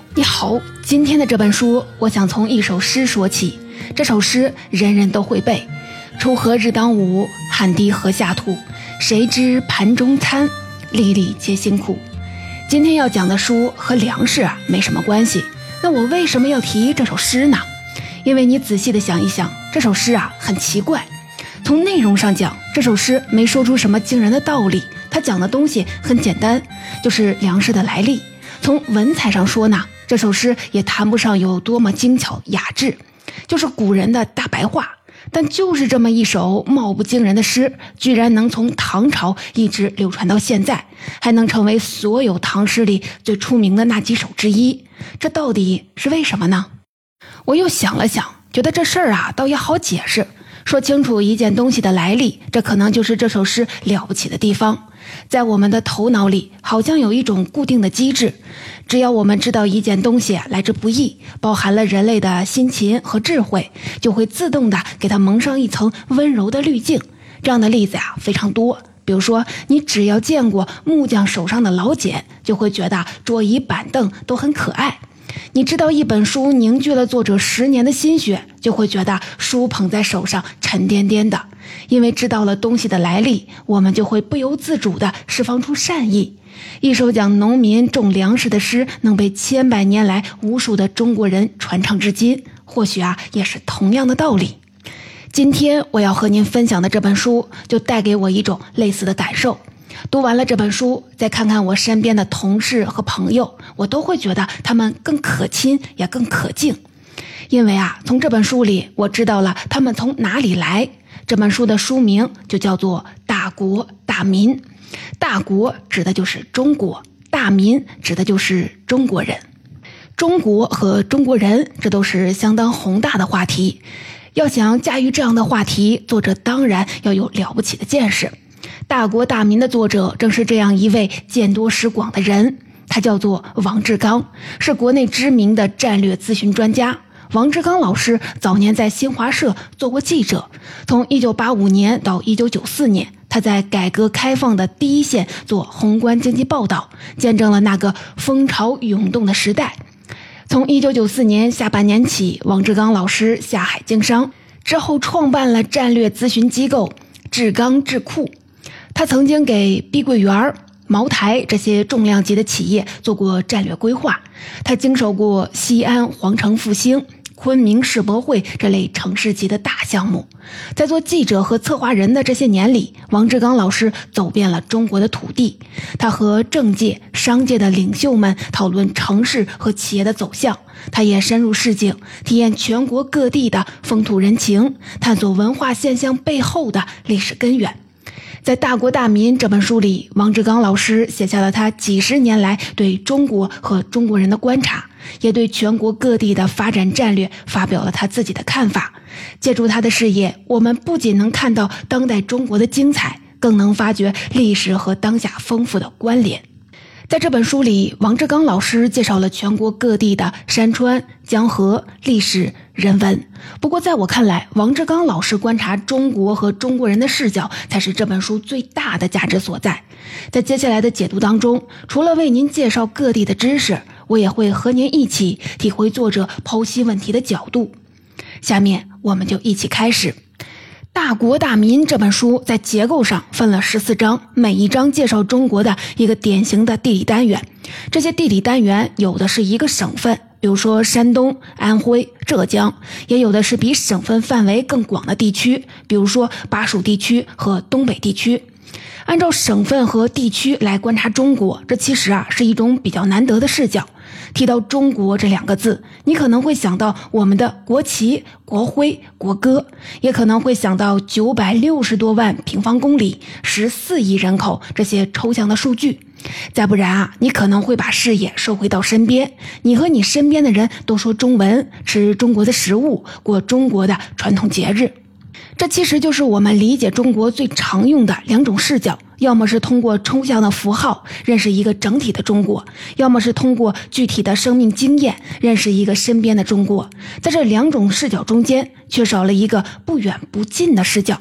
你好，今天的这本书，我想从一首诗说起。这首诗人人都会背：锄禾日当午，汗滴禾下土。谁知盘中餐，粒粒皆辛苦。今天要讲的书和粮食没什么关系，那我为什么要提这首诗呢？因为你仔细的想一想，这首诗很奇怪。从内容上讲，这首诗没说出什么惊人的道理，它讲的东西很简单，就是粮食的来历。从文采上说呢，这首诗也谈不上有多么精巧雅致，就是古人的大白话。但就是这么一首貌不惊人的诗，居然能从唐朝一直流传到现在，还能成为所有唐诗里最出名的那几首之一，这到底是为什么呢？我又想了想，觉得这事儿倒也好解释。说清楚一件东西的来历，这可能就是这首诗了不起的地方。在我们的头脑里好像有一种固定的机制，只要我们知道一件东西来之不易，包含了人类的辛勤和智慧，就会自动的给它蒙上一层温柔的滤镜。这样的例子非常多。比如说，你只要见过木匠手上的老茧，就会觉得桌椅板凳都很可爱。你知道一本书凝聚了作者10年的心血，就会觉得书捧在手上沉甸甸的。因为知道了东西的来历，我们就会不由自主地释放出善意。一首讲农民种粮食的诗能被千百年来无数的中国人传唱至今，或许也是同样的道理。今天我要和您分享的这本书就带给我一种类似的感受。读完了这本书，再看看我身边的同事和朋友，我都会觉得他们更可亲也更可敬。因为从这本书里我知道了他们从哪里来。这本书的书名就叫做《大国大民》，大国指的就是中国，大民指的就是中国人。中国和中国人，这都是相当宏大的话题。要想驾驭这样的话题，作者当然要有了不起的见识。大国大民的作者正是这样一位见多识广的人，他叫做王志刚，是国内知名的战略咨询专家。王志刚老师早年在新华社做过记者，从1985年到1994年，他在改革开放的第一线做宏观经济报道，见证了那个风潮涌动的时代。从1994年下半年起，王志刚老师下海经商，之后创办了战略咨询机构志刚智库。他曾经给碧桂园、茅台这些重量级的企业做过战略规划，他经手过西安皇城复兴、昆明世博会这类城市级的大项目。在做记者和策划人的这些年里，王志刚老师走遍了中国的土地，他和政界、商界的领袖们讨论城市和企业的走向，他也深入市井，体验全国各地的风土人情，探索文化现象背后的历史根源。在《大国大民》这本书里，王志刚老师写下了他几十年来对中国和中国人的观察，也对全国各地的发展战略发表了他自己的看法。借助他的视野，我们不仅能看到当代中国的精彩，更能发掘历史和当下丰富的关联。在这本书里，王志刚老师介绍了全国各地的山川、江河、历史、人文。不过在我看来，王志刚老师观察中国和中国人的视角才是这本书最大的价值所在。在接下来的解读当中，除了为您介绍各地的知识，我也会和您一起体会作者剖析问题的角度。下面我们就一起开始。大国大民这本书在结构上分了14章，每一章介绍中国的一个典型的地理单元。这些地理单元有的是一个省份，比如说山东、安徽、浙江，也有的是比省份范围更广的地区，比如说巴蜀地区和东北地区。按照省份和地区来观察中国，这其实是一种比较难得的视角。提到中国这2个字，你可能会想到我们的国旗、国徽、国歌，也可能会想到960多万平方公里、14亿人口这些抽象的数据。再不然你可能会把视野收回到身边，你和你身边的人都说中文，吃中国的食物，过中国的传统节日。这其实就是我们理解中国最常用的2种视角，要么是通过抽象的符号认识一个整体的中国，要么是通过具体的生命经验认识一个身边的中国。在这2种视角中间，缺少了一个不远不近的视角。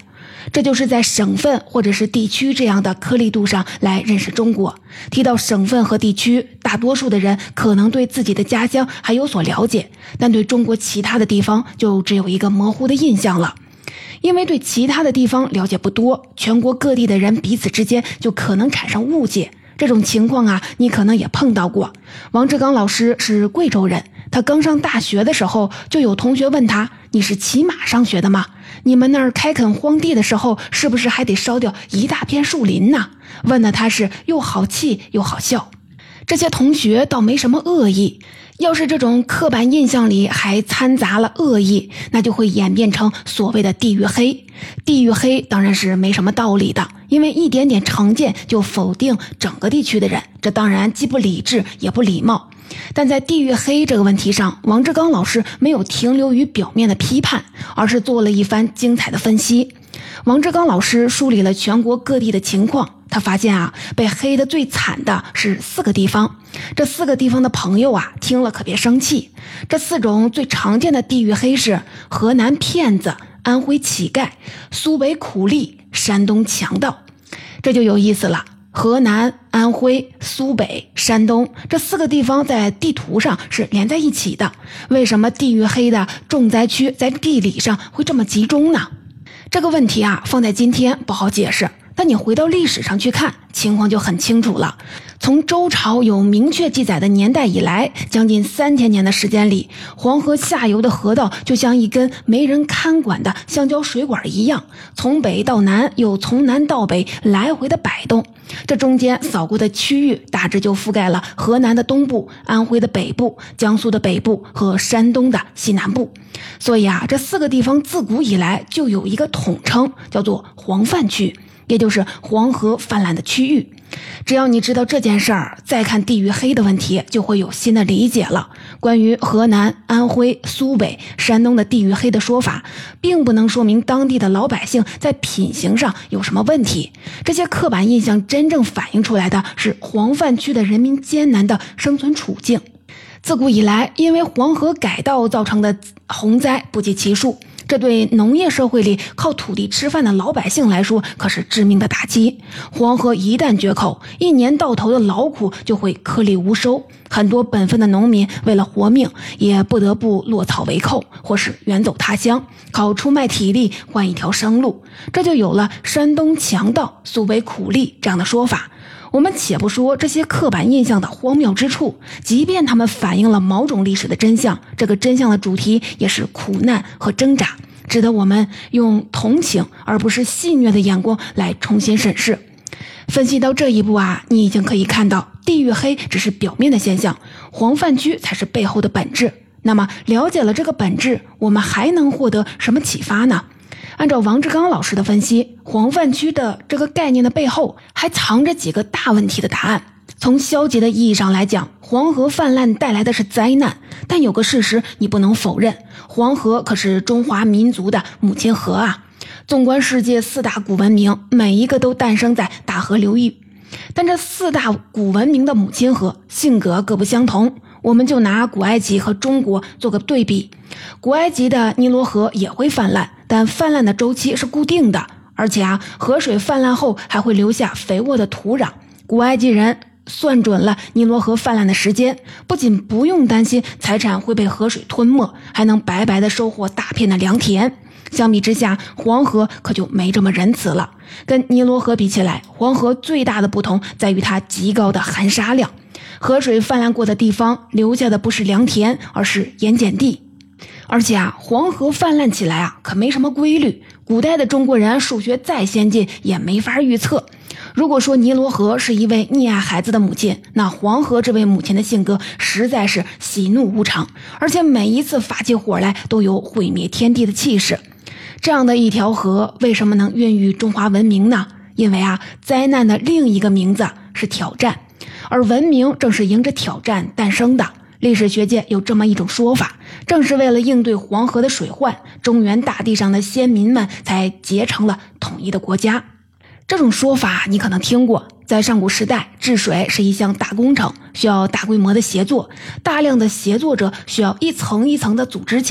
这就是在省份或者是地区这样的颗粒度上来认识中国。提到省份和地区，大多数的人可能对自己的家乡还有所了解，但对中国其他的地方就只有一个模糊的印象了。因为对其他的地方了解不多，全国各地的人彼此之间就可能产生误解。这种情况啊，你可能也碰到过。王志刚老师是贵州人，他刚上大学的时候，就有同学问他：“你是骑马上学的吗？你们那儿开垦荒地的时候，是不是还得烧掉一大片树林呢？”问的他是又好气又好笑。这些同学倒没什么恶意，要是这种刻板印象里还掺杂了恶意，那就会演变成所谓的地域黑。地域黑当然是没什么道理的，因为一点点成见就否定整个地区的人，这当然既不理智也不礼貌。但在地域黑这个问题上，王志刚老师没有停留于表面的批判，而是做了一番精彩的分析。王志刚老师梳理了全国各地的情况，他发现啊，被黑的最惨的是4个地方。这4个地方的朋友啊，听了可别生气。这4种最常见的地域黑是河南骗子、安徽乞丐、苏北苦力、山东强盗。这就有意思了。河南、安徽、苏北、山东这4个地方在地图上是连在一起的，为什么地域黑的重灾区在地理上会这么集中呢？这个问题啊，放在今天不好解释，但你回到历史上去看，情况就很清楚了。从周朝有明确记载的年代以来，将近3000年的时间里，黄河下游的河道就像一根没人看管的橡胶水管一样，从北到南又从南到北来回的摆动。这中间扫过的区域大致就覆盖了河南的东部、安徽的北部、江苏的北部和山东的西南部。所以啊，这4个地方自古以来就有一个统称，叫做黄泛区，也就是黄河泛滥的区域。只要你知道这件事儿，再看地域黑的问题，就会有新的理解了。关于河南、安徽、苏北、山东的地域黑的说法，并不能说明当地的老百姓在品行上有什么问题。这些刻板印象真正反映出来的是黄泛区的人民艰难的生存处境。自古以来，因为黄河改道造成的洪灾不计其数，这对农业社会里靠土地吃饭的老百姓来说可是致命的打击。黄河一旦决口，一年到头的劳苦就会颗粒无收，很多本分的农民为了活命，也不得不落草为寇，或是远走他乡，靠出卖体力换一条生路。这就有了山东强盗、苏北苦力这样的说法。我们且不说这些刻板印象的荒谬之处，即便他们反映了某种历史的真相，这个真相的主题也是苦难和挣扎，值得我们用同情而不是戏谑的眼光来重新审视。分析到这一步啊，你已经可以看到地域黑只是表面的现象，黄泛区才是背后的本质。那么了解了这个本质，我们还能获得什么启发呢？按照王志刚老师的分析，黄泛区的这个概念的背后还藏着几个大问题的答案。从消极的意义上来讲，黄河泛滥带来的是灾难，但有个事实你不能否认，黄河可是中华民族的母亲河啊。纵观世界4大古文明，每一个都诞生在大河流域，但这4大古文明的母亲河性格各不相同。我们就拿古埃及和中国做个对比，古埃及的尼罗河也会泛滥，但泛滥的周期是固定的，而且河水泛滥后还会留下肥沃的土壤。古埃及人算准了尼罗河泛滥的时间，不仅不用担心财产会被河水吞没，还能白白的收获大片的良田。相比之下，黄河可就没这么仁慈了。跟尼罗河比起来，黄河最大的不同在于它极高的含沙量。河水泛滥过的地方留下的不是良田，而是盐碱地。而且黄河泛滥起来可没什么规律，古代的中国人数学再先进也没法预测。如果说尼罗河是一位溺爱孩子的母亲，那黄河这位母亲的性格实在是喜怒无常，而且每一次发起火来都有毁灭天地的气势。这样的一条河为什么能孕育中华文明呢？因为灾难的另一个名字是挑战，而文明正是迎着挑战诞生的。历史学界有这么一种说法，正是为了应对黄河的水患，中原大地上的先民们才结成了统一的国家。这种说法你可能听过，在上古时代，治水是一项大工程，需要大规模的协作，大量的协作者需要一层一层的组织起来，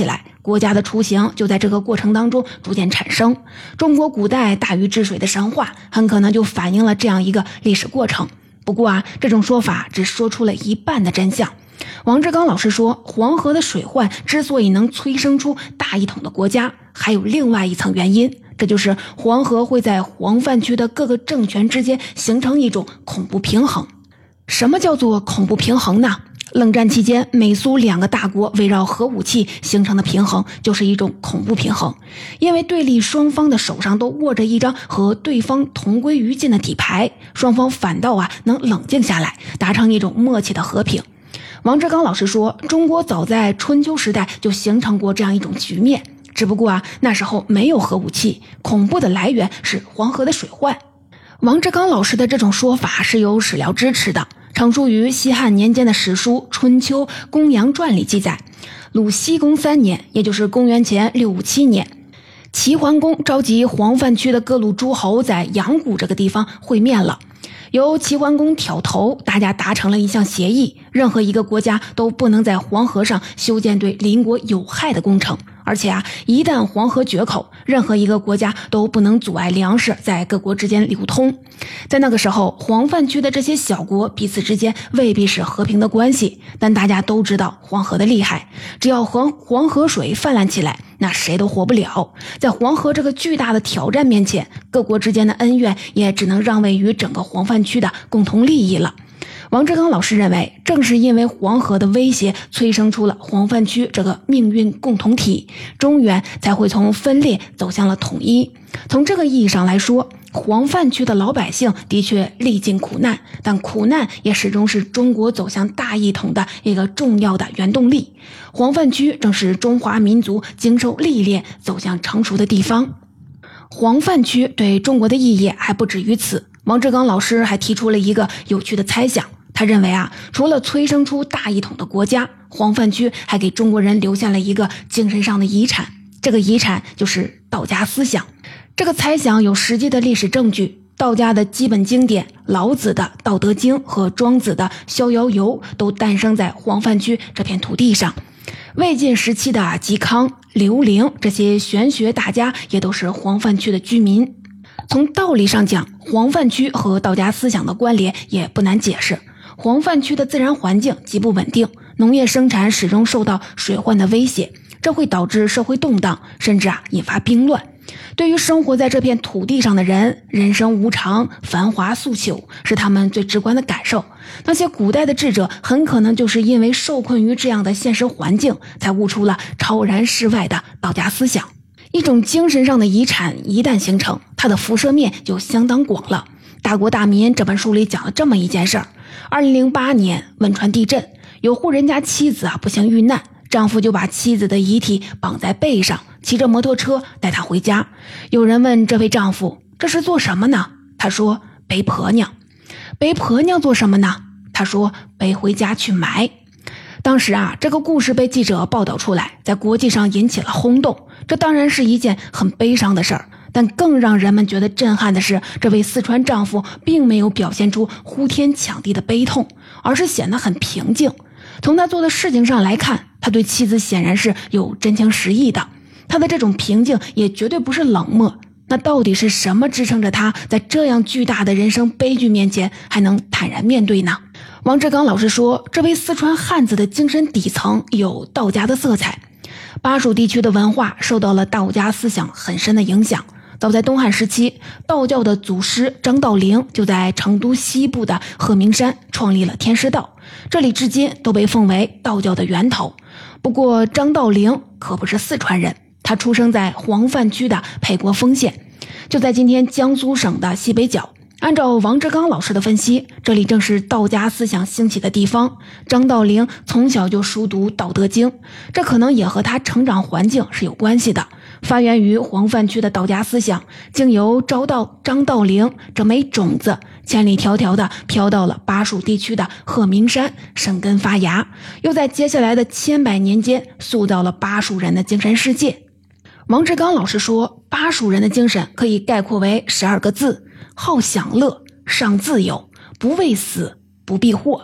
国家的雏形就在这个过程当中逐渐产生。中国古代大禹治水的神话很可能就反映了这样一个历史过程。不过这种说法只说出了一半的真相。王志刚老师说，黄河的水患之所以能催生出大一统的国家，还有另外一层原因，这就是黄河会在黄泛区的各个政权之间形成一种恐怖平衡。什么叫做恐怖平衡呢？冷战期间，美苏两个大国围绕核武器形成的平衡就是一种恐怖平衡，因为对立双方的手上都握着一张和对方同归于尽的底牌，双方反倒能冷静下来，达成一种默契的和平。王志刚老师说，中国早在春秋时代就形成过这样一种局面，只不过那时候没有核武器，恐怖的来源是黄河的水患。王志刚老师的这种说法是有史料支持的，成书于西汉年间的史书《春秋公羊传》里记载，鲁僖公3年，也就是公元前657年，齐桓公召集黄泛区的各路诸侯在阳谷这个地方会面了。由齐桓公挑头，大家达成了一项协议，任何一个国家都不能在黄河上修建对邻国有害的工程，而且一旦黄河决口，任何一个国家都不能阻碍粮食在各国之间流通。在那个时候，黄泛区的这些小国彼此之间未必是和平的关系，但大家都知道黄河的厉害，只要黄河水泛滥起来，那谁都活不了。在黄河这个巨大的挑战面前，各国之间的恩怨也只能让位于整个黄泛区的共同利益了。王志刚老师认为，正是因为黄河的威胁催生出了黄泛区这个命运共同体，中原才会从分裂走向了统一。从这个意义上来说，黄泛区的老百姓的确历尽苦难，但苦难也始终是中国走向大一统的一个重要的原动力。黄泛区正是中华民族经受历练走向成熟的地方。黄泛区对中国的意义还不止于此，王志刚老师还提出了一个有趣的猜想。他认为除了催生出大一统的国家，黄泛区还给中国人留下了一个精神上的遗产，这个遗产就是道家思想。这个猜想有实际的历史证据，道家的基本经典老子的《道德经》和庄子的《逍遥游》都诞生在黄泛区这片土地上。魏晋时期的嵇康、刘伶这些玄学大家也都是黄泛区的居民。从道理上讲，黄泛区和道家思想的关联也不难解释。黄泛区的自然环境极不稳定，农业生产始终受到水患的威胁，这会导致社会动荡，甚至引发兵乱。对于生活在这片土地上的人，人生无常，繁华速朽，是他们最直观的感受。那些古代的智者很可能就是因为受困于这样的现实环境，才悟出了超然世外的道家思想。一种精神上的遗产一旦形成，它的辐射面就相当广了。大国大民这本书里讲了这么一件事儿：2008年汶川地震，有户人家妻子不幸遇难，丈夫就把妻子的遗体绑在背上，骑着摩托车带她回家。有人问这位丈夫，这是做什么呢？他说，背婆娘。背婆娘做什么呢？他说，背回家去埋。当时这个故事被记者报道出来，在国际上引起了轰动。这当然是一件很悲伤的事儿，但更让人们觉得震撼的是，这位四川丈夫并没有表现出呼天抢地的悲痛，而是显得很平静。从他做的事情上来看，他对妻子显然是有真情实意的，他的这种平静也绝对不是冷漠。那到底是什么支撑着他在这样巨大的人生悲剧面前还能坦然面对呢？王志刚老师说，这位四川汉子的精神底层有道家的色彩。巴蜀地区的文化受到了道家思想很深的影响。早在东汉时期，道教的祖师张道陵就在成都西部的鹤鸣山创立了天师道，这里至今都被奉为道教的源头。不过张道陵可不是四川人，他出生在黄泛区的沛国丰县，就在今天江苏省的西北角。按照王志刚老师的分析，这里正是道家思想兴起的地方。张道陵从小就熟读《道德经》，这可能也和他成长环境是有关系的。发源于黄泛区的道家思想，经由张道陵这枚种子，千里迢迢地飘到了巴蜀地区的鹤鸣山，生根发芽，又在接下来的千百年间塑造了巴蜀人的精神世界。王志刚老师说，巴蜀人的精神可以概括为12个字：好享乐，尚自由，不畏死，不避祸，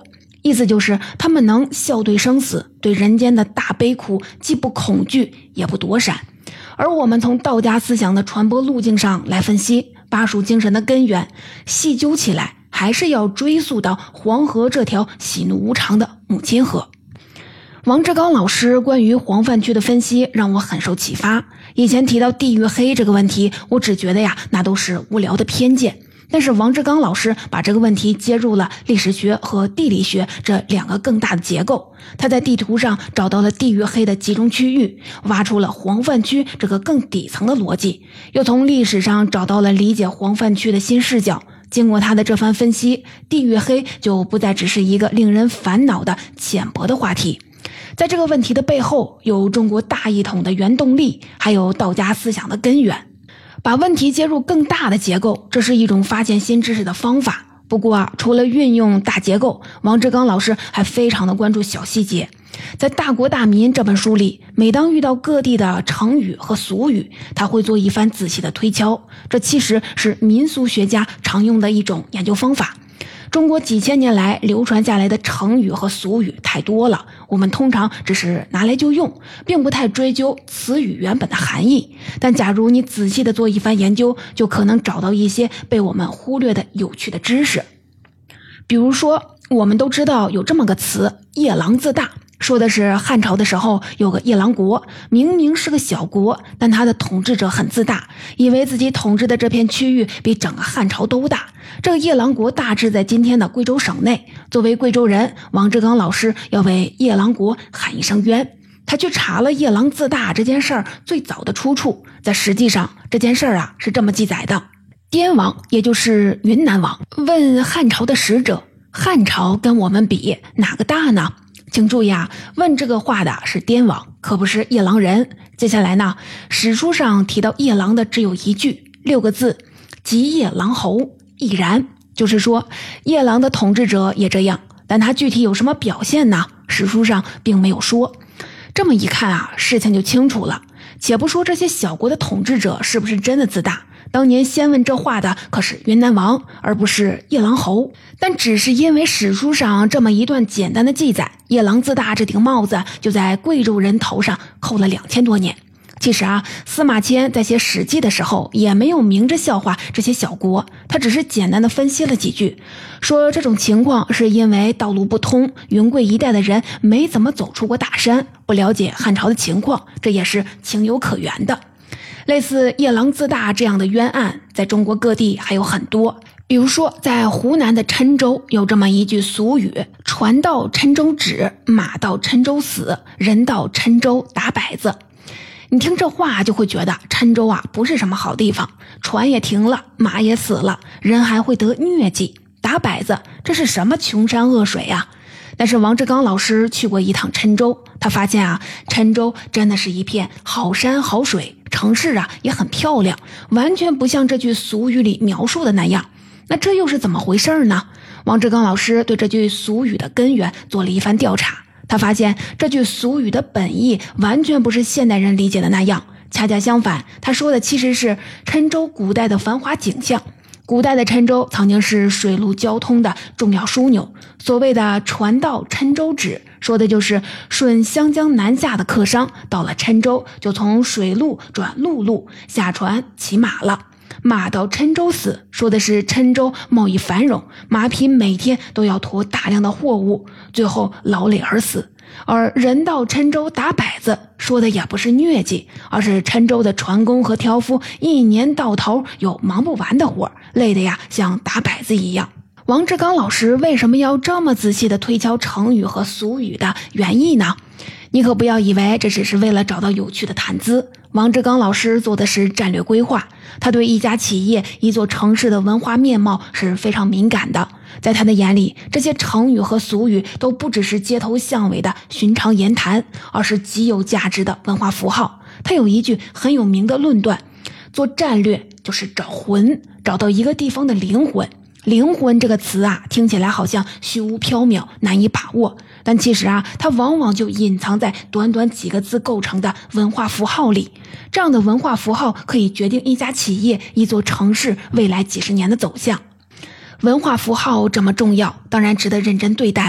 意思就是他们能笑对生死，对人间的大悲苦既不恐惧也不躲闪。而我们从道家思想的传播路径上来分析，巴蜀精神的根源细究起来还是要追溯到黄河这条喜怒无常的母亲河。王志刚老师关于黄泛区的分析让我很受启发。以前提到地域黑这个问题，我只觉得那都是无聊的偏见。但是王志刚老师把这个问题接入了历史学和地理学这两个更大的结构，他在地图上找到了地域黑的集中区域，挖出了黄泛区这个更底层的逻辑，又从历史上找到了理解黄泛区的新视角。经过他的这番分析，地域黑就不再只是一个令人烦恼的浅薄的话题。在这个问题的背后，有中国大一统的原动力，还有道家思想的根源。把问题接入更大的结构，这是一种发现新知识的方法。不过除了运用大结构，王志刚老师还非常的关注小细节。在《大国大民》这本书里，每当遇到各地的成语和俗语，他会做一番仔细的推敲，这其实是民俗学家常用的一种研究方法。中国几千年来流传下来的成语和俗语太多了，我们通常只是拿来就用，并不太追究词语原本的含义。但假如你仔细的做一番研究，就可能找到一些被我们忽略的有趣的知识。比如说，我们都知道有这么个词，夜郎自大，说的是汉朝的时候有个夜郎国，明明是个小国，但他的统治者很自大，以为自己统治的这片区域比整个汉朝都大。这个夜郎国大致在今天的贵州省内。作为贵州人，王志刚老师要为夜郎国喊一声冤。他去查了夜郎自大这件事儿最早的出处，在实际上这件事儿是这么记载的：滇王，也就是云南王，问汉朝的使者，汉朝跟我们比哪个大呢？请注意问这个话的是滇王，可不是夜郎人。接下来呢，史书上提到夜郎的只有一句，6个字，即夜郎侯，亦然，就是说夜郎的统治者也这样，但他具体有什么表现呢？史书上并没有说。这么一看事情就清楚了。且不说这些小国的统治者是不是真的自大，当年先问这话的可是云南王，而不是夜郎侯。但只是因为史书上这么一段简单的记载，夜郎自大这顶帽子就在贵州人头上扣了2000多年。其实司马迁在写《史记》的时候也没有明着笑话这些小国，他只是简单的分析了几句，说这种情况是因为道路不通，云贵一带的人没怎么走出过大山，不了解汉朝的情况，这也是情有可原的。类似夜郎自大这样的冤案，在中国各地还有很多。比如说在湖南的郴州有这么一句俗语，船到郴州止，马到郴州死，人到郴州打摆子。你听这话就会觉得郴州不是什么好地方，船也停了，马也死了，人还会得疟疾，打摆子，这是什么穷山恶水啊？但是王志刚老师去过一趟郴州，他发现郴州真的是一片好山好水，城市也很漂亮，完全不像这句俗语里描述的那样。那这又是怎么回事呢？王志刚老师对这句俗语的根源做了一番调查，他发现这句俗语的本意完全不是现代人理解的那样，恰恰相反，他说的其实是郴州古代的繁华景象。古代的郴州曾经是水陆交通的重要枢纽，所谓的船到郴州止，说的就是顺湘江南下的客商到了郴州，就从水路转陆路，下船骑马了。马到郴州死，说的是郴州贸易繁荣，马匹每天都要驮大量的货物，最后劳累而死。而人到郴州打摆子，说的也不是疟疾，而是郴州的船工和挑夫一年到头有忙不完的活，累得像打摆子一样。王志刚老师为什么要这么仔细地推敲成语和俗语的原意呢？你可不要以为这只是为了找到有趣的谈资。王志刚老师做的是战略规划，他对一家企业、一座城市的文化面貌是非常敏感的。在他的眼里，这些成语和俗语都不只是街头巷尾的寻常言谈，而是极有价值的文化符号。他有一句很有名的论断，做战略就是找魂，找到一个地方的灵魂。灵魂这个词听起来好像虚无缥缈，难以把握，但其实它往往就隐藏在短短几个字构成的文化符号里。这样的文化符号可以决定一家企业、一座城市未来几十年的走向。文化符号这么重要，当然值得认真对待了。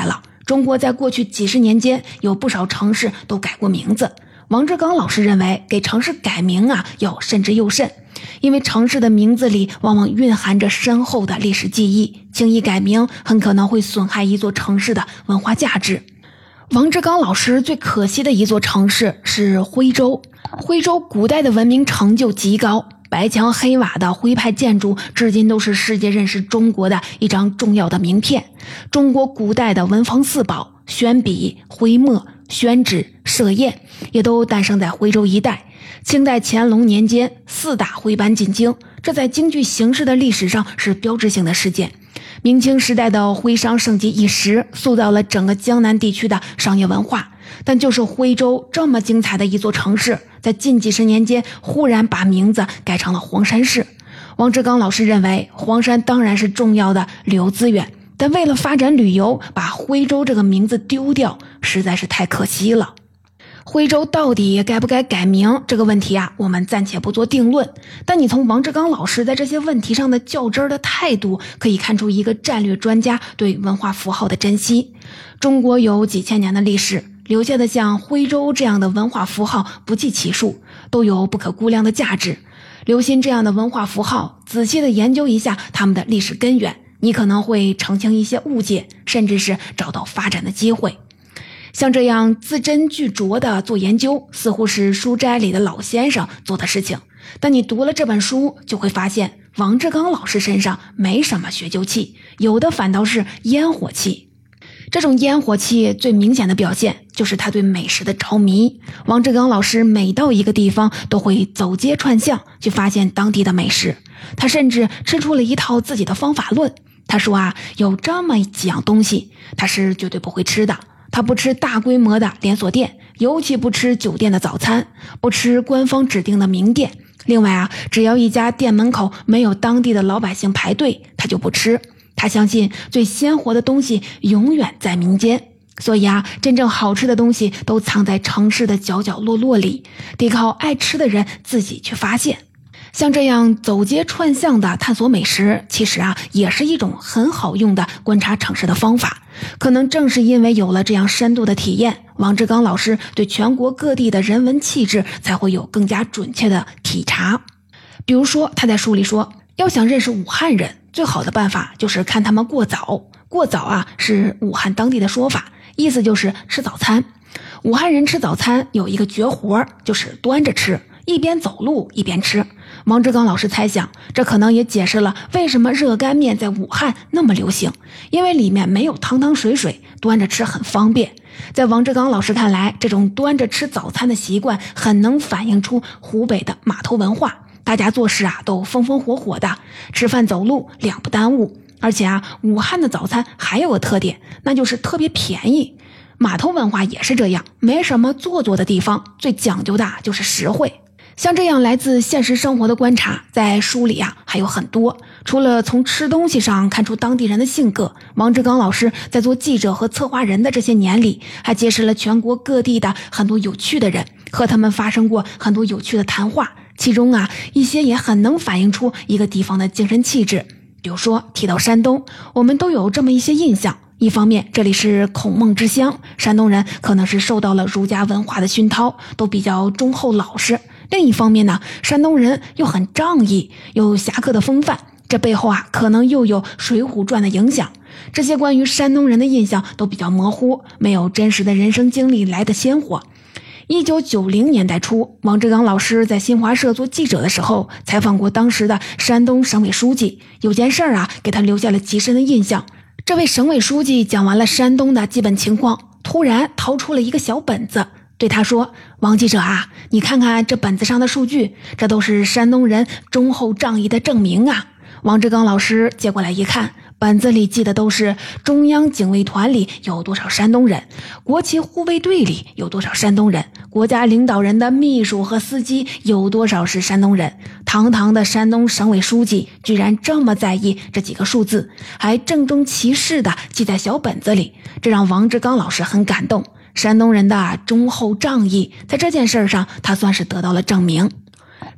中国在过去几十年间有不少城市都改过名字。王志刚老师认为，给城市改名要慎之又慎，因为城市的名字里往往蕴含着深厚的历史记忆，轻易改名很可能会损害一座城市的文化价值。王志刚老师最可惜的一座城市是徽州。徽州古代的文明成就极高，白墙黑瓦的徽派建筑至今都是世界认识中国的一张重要的名片。中国古代的文房四宝宣笔、徽墨、宣纸、设砚也都诞生在徽州一带。清代乾隆年间4大徽班进京，这在京剧形式的历史上是标志性的事件。明清时代的徽商盛极一时，塑造了整个江南地区的商业文化。但就是徽州这么精彩的一座城市，在近几十年间忽然把名字改成了黄山市。王志刚老师认为，黄山当然是重要的旅游资源，但为了发展旅游，把徽州这个名字丢掉，实在是太可惜了。徽州到底该不该改名这个问题我们暂且不做定论，但你从王志刚老师在这些问题上的较真的态度，可以看出一个战略专家对文化符号的珍惜。中国有几千年的历史，留下的像徽州这样的文化符号不计其数，都有不可估量的价值。留心这样的文化符号，仔细的研究一下他们的历史根源，你可能会澄清一些误解，甚至是找到发展的机会。像这样字斟句酌的做研究，似乎是书斋里的老先生做的事情，但你读了这本书，就会发现王志刚老师身上没什么学究气，有的反倒是烟火气。这种烟火气最明显的表现就是他对美食的着迷。王志刚老师每到一个地方都会走街串巷去发现当地的美食，他甚至吃出了一套自己的方法论。他说有这么几样东西他是绝对不会吃的。他不吃大规模的连锁店，尤其不吃酒店的早餐，不吃官方指定的名店。另外只要一家店门口没有当地的老百姓排队，他就不吃。他相信最鲜活的东西永远在民间，所以真正好吃的东西都藏在城市的角角落落里，得靠爱吃的人自己去发现。像这样走街串巷的探索美食，其实也是一种很好用的观察城市的方法。可能正是因为有了这样深度的体验，王志刚老师对全国各地的人文气质才会有更加准确的体察。比如说他在书里说，要想认识武汉人，最好的办法就是看他们过早。过早是武汉当地的说法，意思就是吃早餐。武汉人吃早餐有一个绝活，就是端着吃，一边走路一边吃。王志刚老师猜想，这可能也解释了为什么热干面在武汉那么流行，因为里面没有汤汤水水，端着吃很方便。在王志刚老师看来，这种端着吃早餐的习惯很能反映出湖北的码头文化，大家做事都风风火火的，吃饭走路两不耽误。而且武汉的早餐还有个特点，那就是特别便宜。码头文化也是这样，没什么做作的地方，最讲究的就是实惠。像这样来自现实生活的观察，在书里还有很多。除了从吃东西上看出当地人的性格，王志刚老师在做记者和策划人的这些年里，还结识了全国各地的很多有趣的人，和他们发生过很多有趣的谈话，其中一些也很能反映出一个地方的精神气质。比如说提到山东，我们都有这么一些印象，一方面这里是孔孟之乡，山东人可能是受到了儒家文化的熏陶，都比较忠厚老实。另一方面呢，山东人又很仗义，有侠客的风范，这背后可能又有《水浒传》的影响。这些关于山东人的印象都比较模糊，没有真实的人生经历来的鲜活。1990年代初，王志刚老师在新华社做记者的时候，采访过当时的山东省委书记，有件事给他留下了极深的印象。这位省委书记讲完了山东的基本情况，突然掏出了一个小本子，对他说，王记者你看看这本子上的数据，这都是山东人忠厚仗义的证明王志刚老师接过来一看，本子里记的都是中央警卫团里有多少山东人，国旗护卫队里有多少山东人，国家领导人的秘书和司机有多少是山东人。堂堂的山东省委书记居然这么在意这几个数字，还郑重其事地记在小本子里，这让王志刚老师很感动。山东人的忠厚仗义，在这件事上他算是得到了证明。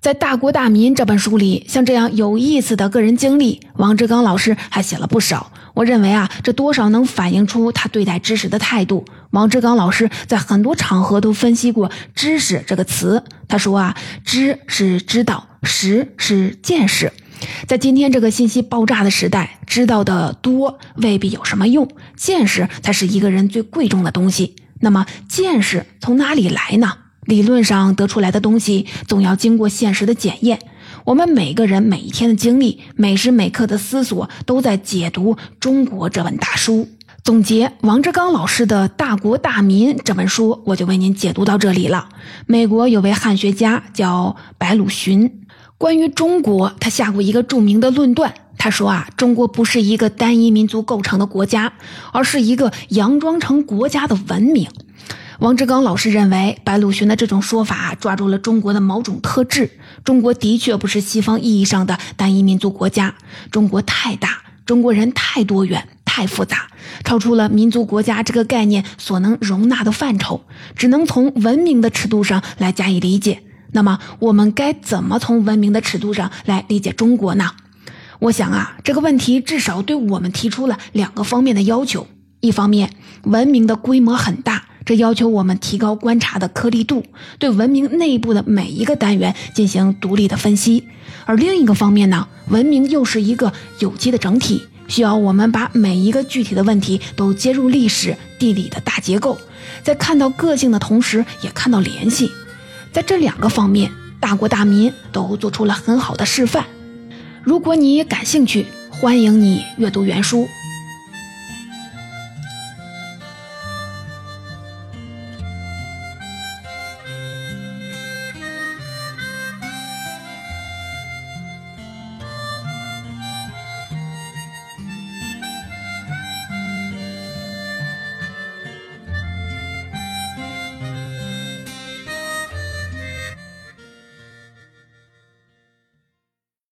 在《大国大民》这本书里，像这样有意思的个人经历，王志刚老师还写了不少。我认为这多少能反映出他对待知识的态度。王志刚老师在很多场合都分析过知识这个词。他说知是知道，识是见识。在今天这个信息爆炸的时代，知道的多未必有什么用，见识才是一个人最贵重的东西。那么见识从哪里来呢？理论上得出来的东西总要经过现实的检验。我们每个人每一天的经历，每时每刻的思索，都在解读中国这本大书。总结王志刚老师的《大国大民》这本书，我就为您解读到这里了。美国有位汉学家叫白鲁荀，关于中国，他下过一个著名的论断。他说中国不是一个单一民族构成的国家，而是一个佯装成国家的文明。王志刚老师认为，白鲁荀的这种说法抓住了中国的某种特质。中国的确不是西方意义上的单一民族国家，中国太大，中国人太多元太复杂，超出了民族国家这个概念所能容纳的范畴，只能从文明的尺度上来加以理解。那么我们该怎么从文明的尺度上来理解中国呢？我想这个问题至少对我们提出了2个方面的要求。一方面，文明的规模很大，这要求我们提高观察的颗粒度，对文明内部的每一个单元进行独立的分析。而另一个方面呢，文明又是一个有机的整体，需要我们把每一个具体的问题都接入历史、地理的大结构，在看到个性的同时也看到联系。在这2个方面，大国大民都做出了很好的示范。如果你感兴趣，欢迎你阅读原书。